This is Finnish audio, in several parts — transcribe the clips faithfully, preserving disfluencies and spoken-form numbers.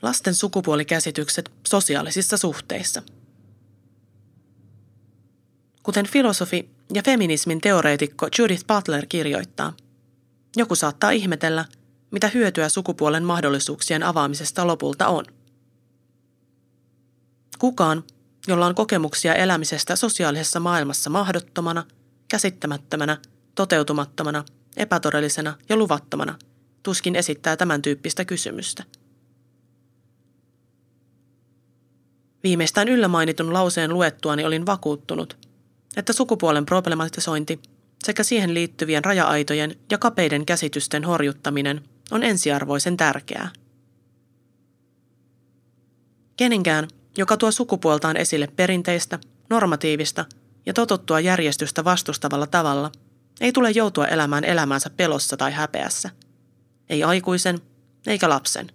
Lasten sukupuolikäsitykset sosiaalisissa suhteissa. Kuten filosofi ja feminismin teoreetikko Judith Butler kirjoittaa, joku saattaa ihmetellä, mitä hyötyä sukupuolen mahdollisuuksien avaamisesta lopulta on. Kukaan, jolla on kokemuksia elämisestä sosiaalisessa maailmassa mahdottomana, käsittämättömänä, toteutumattomana, epätodellisena ja luvattomana, tuskin esittää tämän tyyppistä kysymystä. Viimeistään yllä mainitun lauseen luettuani olin vakuuttunut, että sukupuolen problematisointi sekä siihen liittyvien raja-aitojen ja kapeiden käsitysten horjuttaminen on ensiarvoisen tärkeää. Kenenkään, joka tuo sukupuoltaan esille perinteistä, normatiivista ja totuttua järjestystä vastustavalla tavalla, ei tule joutua elämään elämäänsä pelossa tai häpeässä. Ei aikuisen eikä lapsen.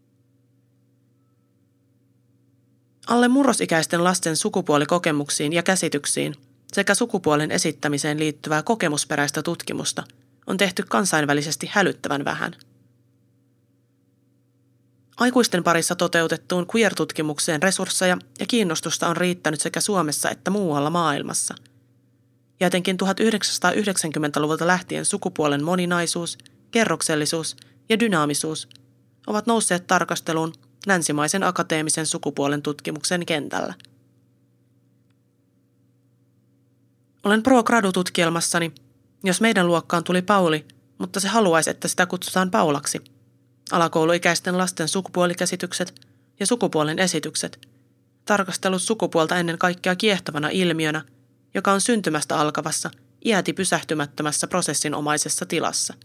Alle murrosikäisten lasten sukupuolikokemuksiin ja käsityksiin sekä sukupuolen esittämiseen liittyvää kokemusperäistä tutkimusta on tehty kansainvälisesti hälyttävän vähän. Aikuisten parissa toteutettuun queer-tutkimukseen resursseja ja kiinnostusta on riittänyt sekä Suomessa että muualla maailmassa. Ja etenkin tuhatyhdeksänsataayhdeksänkymmentäluvulta lähtien sukupuolen moninaisuus, kerroksellisuus ja dynaamisuus ovat nousseet tarkasteluun länsimaisen akateemisen sukupuolen tutkimuksen kentällä. Olen pro-gradu-tutkielmassani, jos meidän luokkaan tuli Pauli, mutta se haluaisi, että sitä kutsutaan Paulaksi. Alakouluikäisten lasten sukupuolikäsitykset ja sukupuolen esitykset. Tarkastellut sukupuolta ennen kaikkea kiehtovana ilmiönä, joka on syntymästä alkavassa, iäti pysähtymättömässä prosessinomaisessa tilassa.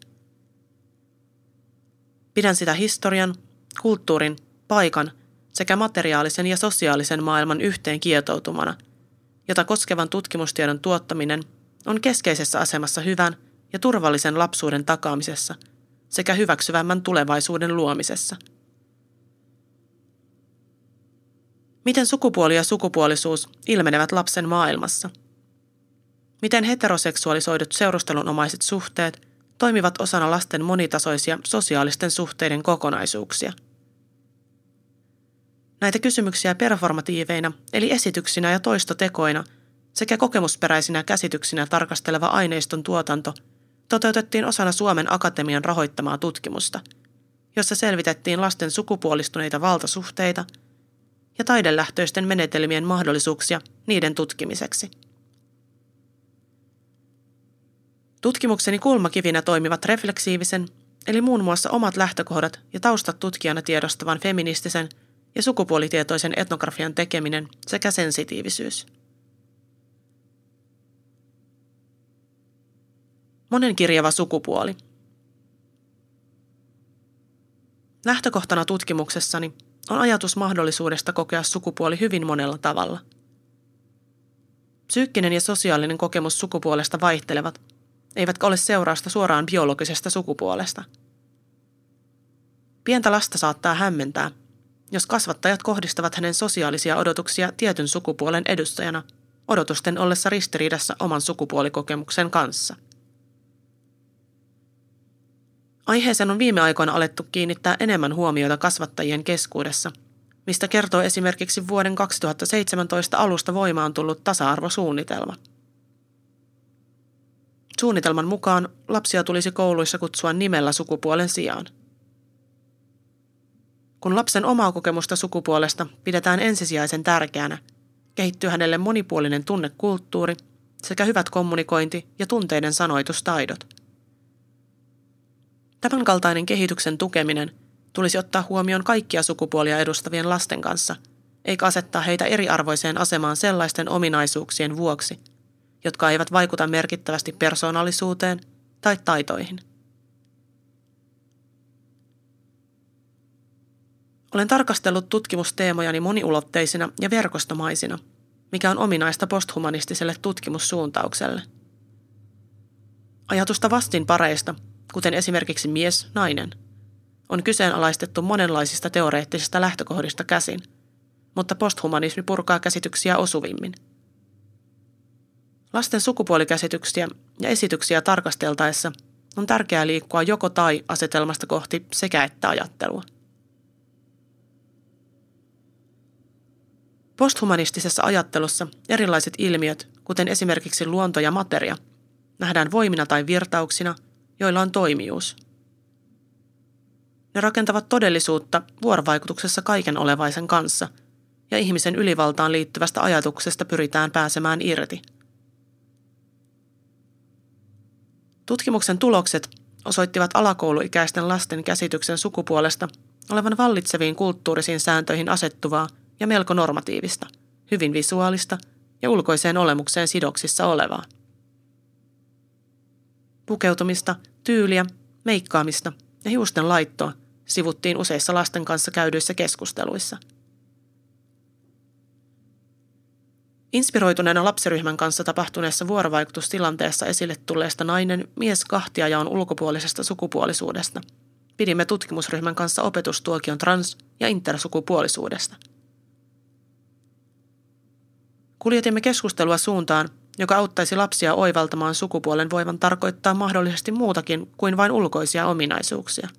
Pidän sitä historian, kulttuurin, paikan sekä materiaalisen ja sosiaalisen maailman yhteen kietoutumana, jota koskevan tutkimustiedon tuottaminen on keskeisessä asemassa hyvän ja turvallisen lapsuuden takaamisessa sekä hyväksyvämmän tulevaisuuden luomisessa. Miten sukupuoli ja sukupuolisuus ilmenevät lapsen maailmassa? Miten heteroseksuaalisoidut seurustelunomaiset suhteet toimivat osana lasten monitasoisia sosiaalisten suhteiden kokonaisuuksia? Näitä kysymyksiä performatiiveina eli esityksinä ja toistotekoina sekä kokemusperäisinä käsityksinä tarkasteleva aineiston tuotanto toteutettiin osana Suomen Akatemian rahoittamaa tutkimusta, jossa selvitettiin lasten sukupuolistuneita valtasuhteita ja taidelähtöisten menetelmien mahdollisuuksia niiden tutkimiseksi. Tutkimukseni kulmakivinä toimivat refleksiivisen, eli muun muassa omat lähtökohdat ja taustat tutkijana tiedostavan feministisen ja sukupuolitietoisen etnografian tekeminen sekä sensitiivisyys. Monenkirjava sukupuoli. Lähtökohtana tutkimuksessani on ajatus mahdollisuudesta kokea sukupuoli hyvin monella tavalla. Psyykkinen ja sosiaalinen kokemus sukupuolesta vaihtelevat, eivätkä ole seurausta suoraan biologisesta sukupuolesta. Pientä lasta saattaa hämmentää, jos kasvattajat kohdistavat hänen sosiaalisia odotuksia tietyn sukupuolen edustajana, odotusten ollessa ristiriidassa oman sukupuolikokemuksen kanssa. Aiheeseen on viime aikoina alettu kiinnittää enemmän huomiota kasvattajien keskuudessa, mistä kertoo esimerkiksi vuoden kaksituhattaseitsemäntoista alusta voimaan tullut tasa-arvosuunnitelma. Suunnitelman mukaan lapsia tulisi kouluissa kutsua nimellä sukupuolen sijaan. Kun lapsen omaa kokemusta sukupuolesta pidetään ensisijaisen tärkeänä, kehittyy hänelle monipuolinen tunnekulttuuri sekä hyvät kommunikointi- ja tunteiden sanoitustaidot. Tämänkaltainen kehityksen tukeminen tulisi ottaa huomioon kaikkia sukupuolia edustavien lasten kanssa, eikä asettaa heitä eriarvoiseen asemaan sellaisten ominaisuuksien vuoksi, jotka eivät vaikuta merkittävästi persoonallisuuteen tai taitoihin. Olen tarkastellut tutkimusteemojani moniulotteisina ja verkostomaisina, mikä on ominaista posthumanistiselle tutkimussuuntaukselle. Ajatusta vastinpareista, kuten esimerkiksi mies-nainen, on kyseenalaistettu monenlaisista teoreettisista lähtökohdista käsin, mutta posthumanismi purkaa käsityksiä osuvimmin. Lasten sukupuolikäsityksiä ja esityksiä tarkasteltaessa on tärkeää liikkua joko tai asetelmasta kohti sekä että ajattelua. Posthumanistisessa ajattelussa erilaiset ilmiöt, kuten esimerkiksi luonto ja materia, nähdään voimina tai virtauksina, joilla on toimijuus. Ne rakentavat todellisuutta vuorovaikutuksessa kaiken olevaisen kanssa, ja ihmisen ylivaltaan liittyvästä ajatuksesta pyritään pääsemään irti. Tutkimuksen tulokset osoittivat alakouluikäisten lasten käsityksen sukupuolesta olevan vallitseviin kulttuurisiin sääntöihin asettuvaa ja melko normatiivista, hyvin visuaalista ja ulkoiseen olemukseen sidoksissa olevaa. Pukeutumista, tyyliä, meikkaamista ja hiusten laittoa sivuttiin useissa lasten kanssa käydyissä keskusteluissa. Inspiroituneena lapsiryhmän kanssa tapahtuneessa vuorovaikutustilanteessa esille tulleesta nainen mies kahtiajaon ulkopuolisesta sukupuolisuudesta pidimme tutkimusryhmän kanssa opetustuokion trans- ja intersukupuolisuudesta. Kuljetimme keskustelua suuntaan, joka auttaisi lapsia oivaltamaan sukupuolen voivan tarkoittaa mahdollisesti muutakin kuin vain ulkoisia ominaisuuksia.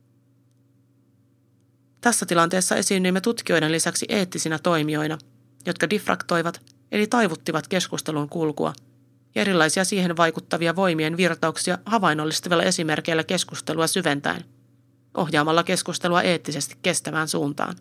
Tässä tilanteessa esiinnyimme tutkijoiden lisäksi eettisinä toimijoina, jotka diffraktoivat eli taivuttivat keskustelun kulkua ja erilaisia siihen vaikuttavia voimien virtauksia havainnollistavilla esimerkkeillä keskustelua syventäen, ohjaamalla keskustelua eettisesti kestävään suuntaan.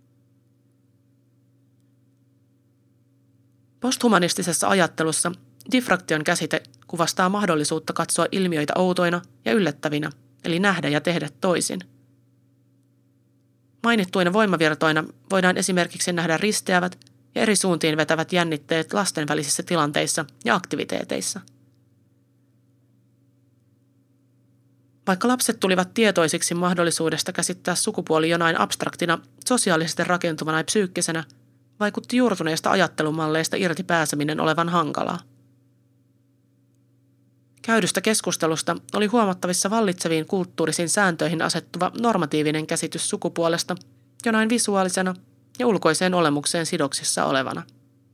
Posthumanistisessa ajattelussa diffraktion käsite kuvastaa mahdollisuutta katsoa ilmiöitä outoina ja yllättävinä, eli nähdä ja tehdä toisin. Mainittuina voimavirtoina voidaan esimerkiksi nähdä risteävät ja eri suuntiin vetävät jännitteet lasten välisissä tilanteissa ja aktiviteeteissa. Vaikka lapset tulivat tietoisiksi mahdollisuudesta käsittää sukupuoli jonain abstraktina, sosiaalisesti rakentuvana ja psyykkisenä, vaikutti juurtuneista ajattelumalleista irti pääseminen olevan hankalaa. Käydystä keskustelusta oli huomattavissa vallitseviin kulttuurisiin sääntöihin asettuva normatiivinen käsitys sukupuolesta jonain visuaalisena ja ulkoiseen olemukseen sidoksissa olevana.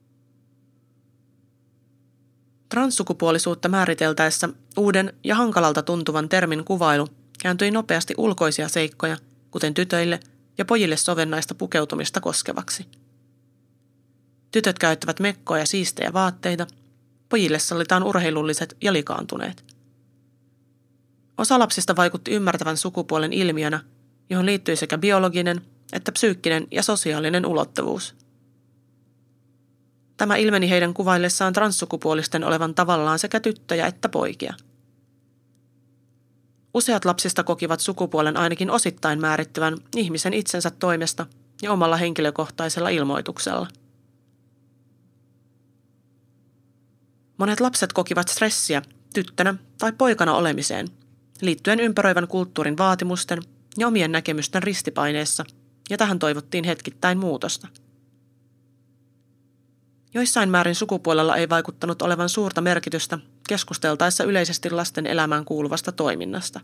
Transsukupuolisuutta määriteltäessä uuden ja hankalalta tuntuvan termin kuvailu kääntyi nopeasti ulkoisia seikkoja, kuten tytöille ja pojille sovennaista pukeutumista koskevaksi. Tytöt käyttävät mekkoa ja siistejä vaatteita, pojille sallitaan urheilulliset ja likaantuneet. Osa lapsista vaikutti ymmärtävän sukupuolen ilmiönä, johon liittyi sekä biologinen että psyykkinen ja sosiaalinen ulottuvuus. Tämä ilmeni heidän kuvaillessaan transsukupuolisten olevan tavallaan sekä tyttöjä että poikia. Useat lapsista kokivat sukupuolen ainakin osittain määrittyvän ihmisen itsensä toimesta ja omalla henkilökohtaisella ilmoituksella. Monet lapset kokivat stressiä tyttönä tai poikana olemiseen, liittyen ympäröivän kulttuurin vaatimusten ja omien näkemysten ristipaineessa, ja tähän toivottiin hetkittäin muutosta. Joissain määrin sukupuolella ei vaikuttanut olevan suurta merkitystä keskusteltaessa yleisesti lasten elämään kuuluvasta toiminnasta.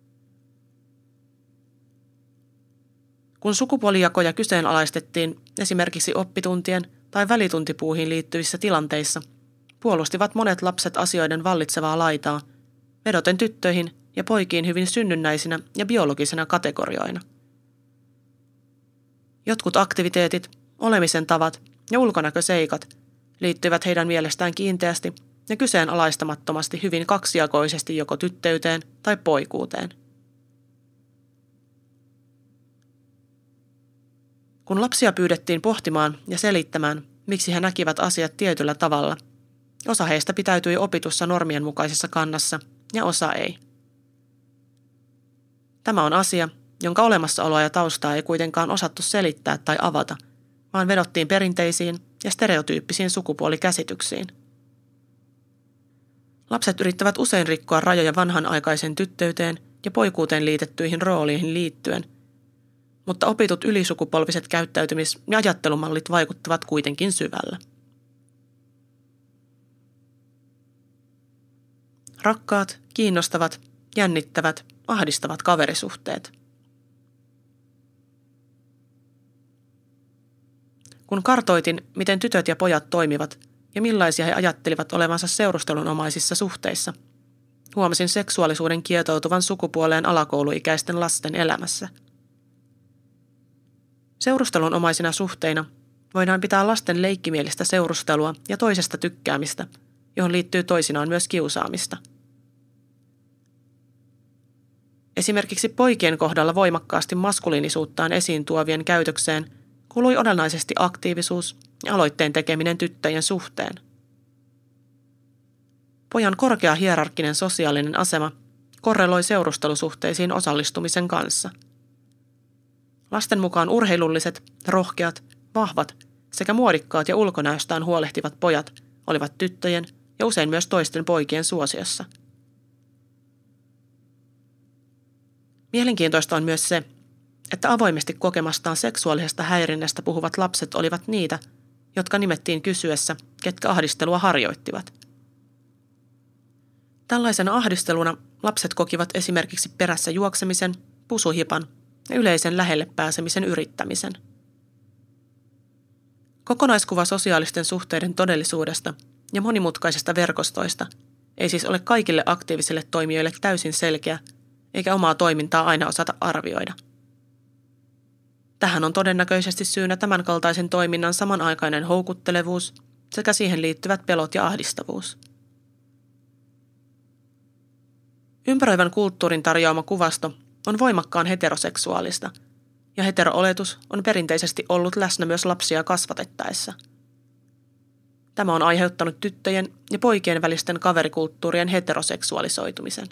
Kun sukupuolijakoja kyseenalaistettiin esimerkiksi oppituntien tai välituntipuuhiin liittyvissä tilanteissa, puolustivat monet lapset asioiden vallitsevaa laitaa, vedoten tyttöihin ja poikiin hyvin synnynnäisinä ja biologisina kategorioina. Jotkut aktiviteetit, olemisen tavat ja ulkonäköseikat liittyivät heidän mielestään kiinteästi ja kyseenalaistamattomasti hyvin kaksijakoisesti joko tyttöyteen tai poikuuteen. Kun lapsia pyydettiin pohtimaan ja selittämään, miksi he näkivät asiat tietyllä tavalla, osa heistä pitäytyi opitussa normien mukaisessa kannassa ja osa ei. Tämä on asia, jonka olemassaoloa ja taustaa ei kuitenkaan osattu selittää tai avata, vaan vedottiin perinteisiin ja stereotyyppisiin sukupuolikäsityksiin. Lapset yrittävät usein rikkoa rajoja vanhanaikaisen tyttöyteen ja poikuuteen liitettyihin rooliin liittyen, mutta opitut ylisukupolviset käyttäytymis- ja ajattelumallit vaikuttavat kuitenkin syvällä. Rakkaat, kiinnostavat, jännittävät, ahdistavat kaverisuhteet. Kun kartoitin, miten tytöt ja pojat toimivat ja millaisia he ajattelivat olevansa seurustelunomaisissa suhteissa, huomasin seksuaalisuuden kietoutuvan sukupuoleen alakouluikäisten lasten elämässä. Seurustelunomaisina suhteina voidaan pitää lasten leikkimielistä seurustelua ja toisesta tykkäämistä, johon liittyy toisinaan myös kiusaamista. Esimerkiksi poikien kohdalla voimakkaasti maskuliinisuuttaan esiin tuovien käytökseen kului olennaisesti aktiivisuus ja aloitteen tekeminen tyttöjen suhteen. Pojan korkea hierarkkinen sosiaalinen asema korreloi seurustelusuhteisiin osallistumisen kanssa. Lasten mukaan urheilulliset, rohkeat, vahvat sekä muodikkaat ja ulkonäöstään huolehtivat pojat olivat tyttöjen ja usein myös toisten poikien suosiossa. Mielenkiintoista on myös se, että avoimesti kokemastaan seksuaalisesta häirinnästä puhuvat lapset olivat niitä, jotka nimettiin kysyessä, ketkä ahdistelua harjoittivat. Tällaisena ahdisteluna lapset kokivat esimerkiksi perässä juoksemisen, pusuhipan ja yleisen lähelle pääsemisen yrittämisen. Kokonaiskuva sosiaalisten suhteiden todellisuudesta ja monimutkaisista verkostoista ei siis ole kaikille aktiivisille toimijoille täysin selkeä, eikä omaa toimintaa aina osata arvioida. Tähän on todennäköisesti syynä tämänkaltaisen toiminnan samanaikainen houkuttelevuus sekä siihen liittyvät pelot ja ahdistavuus. Ympäröivän kulttuurin tarjoama kuvasto on voimakkaan heteroseksuaalista, ja hetero-oletus on perinteisesti ollut läsnä myös lapsia kasvatettaessa. Tämä on aiheuttanut tyttöjen ja poikien välisten kaverikulttuurien heteroseksuaalisoitumisen.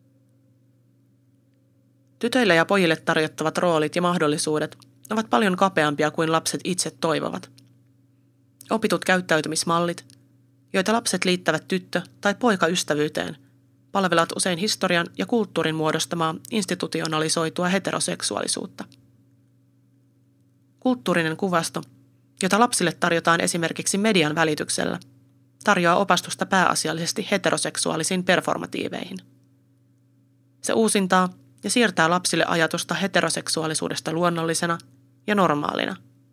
Tytöille ja pojille tarjottavat roolit ja mahdollisuudet ovat paljon kapeampia kuin lapset itse toivovat. Opitut käyttäytymismallit, joita lapset liittävät tyttö- tai poikaystävyyteen, palvelevat usein historian ja kulttuurin muodostamaa institutionalisoitua heteroseksuaalisuutta. Kulttuurinen kuvasto, jota lapsille tarjotaan esimerkiksi median välityksellä, tarjoaa opastusta pääasiallisesti heteroseksuaalisiin performatiiveihin. Se uusintaa ja siirtää lapsille ajatusta heteroseksuaalisuudesta luonnollisena ja normaalina.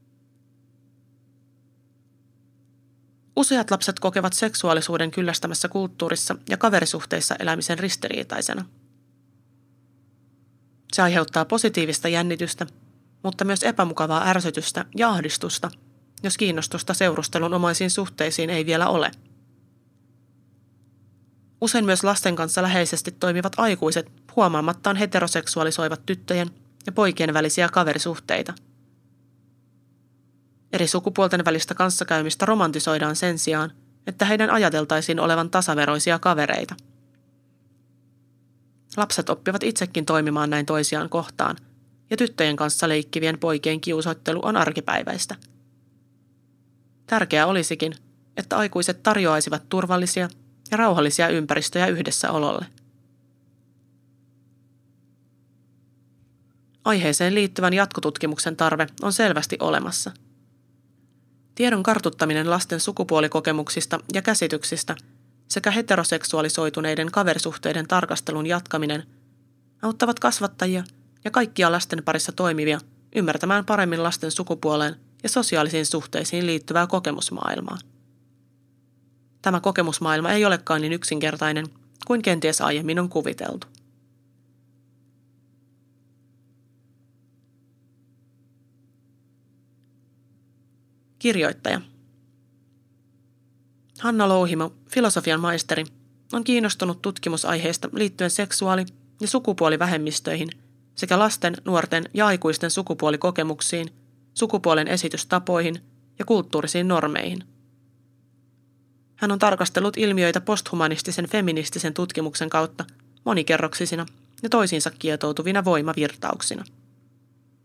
Useat lapset kokevat seksuaalisuuden kyllästämässä kulttuurissa ja kaverisuhteissa elämisen ristiriitaisena. Se aiheuttaa positiivista jännitystä, mutta myös epämukavaa ärsytystä ja ahdistusta, jos kiinnostusta seurustelun omaisiin suhteisiin ei vielä ole. Usein myös lasten kanssa läheisesti toimivat aikuiset huomaamattaan heteroseksuaalisoivat tyttöjen ja poikien välisiä kaverisuhteita. Eri sukupuolten välistä kanssakäymistä romantisoidaan sen sijaan, että heidän ajateltaisiin olevan tasaveroisia kavereita. Lapset oppivat itsekin toimimaan näin toisiaan kohtaan, ja tyttöjen kanssa leikkivien poikien kiusoittelu on arkipäiväistä. Tärkeää olisikin, että aikuiset tarjoaisivat turvallisia ja rauhallisia ympäristöjä yhdessäololle. Aiheeseen liittyvän jatkotutkimuksen tarve on selvästi olemassa. Tiedon kartuttaminen lasten sukupuolikokemuksista ja käsityksistä sekä heteroseksuaalisoituneiden kaverisuhteiden tarkastelun jatkaminen auttavat kasvattajia ja kaikkia lasten parissa toimivia ymmärtämään paremmin lasten sukupuoleen ja sosiaalisiin suhteisiin liittyvää kokemusmaailmaa. Tämä kokemusmaailma ei olekaan niin yksinkertainen kuin kenties aiemmin on kuviteltu. Kirjoittaja Hanna Louhimo, filosofian maisteri, on kiinnostunut tutkimusaiheesta liittyen seksuaali- ja sukupuolivähemmistöihin sekä lasten, nuorten ja aikuisten sukupuolikokemuksiin, sukupuolen esitystapoihin ja kulttuurisiin normeihin. Hän on tarkastellut ilmiöitä posthumanistisen feministisen tutkimuksen kautta monikerroksisina ja toisiinsa kietoutuvina voimavirtauksina.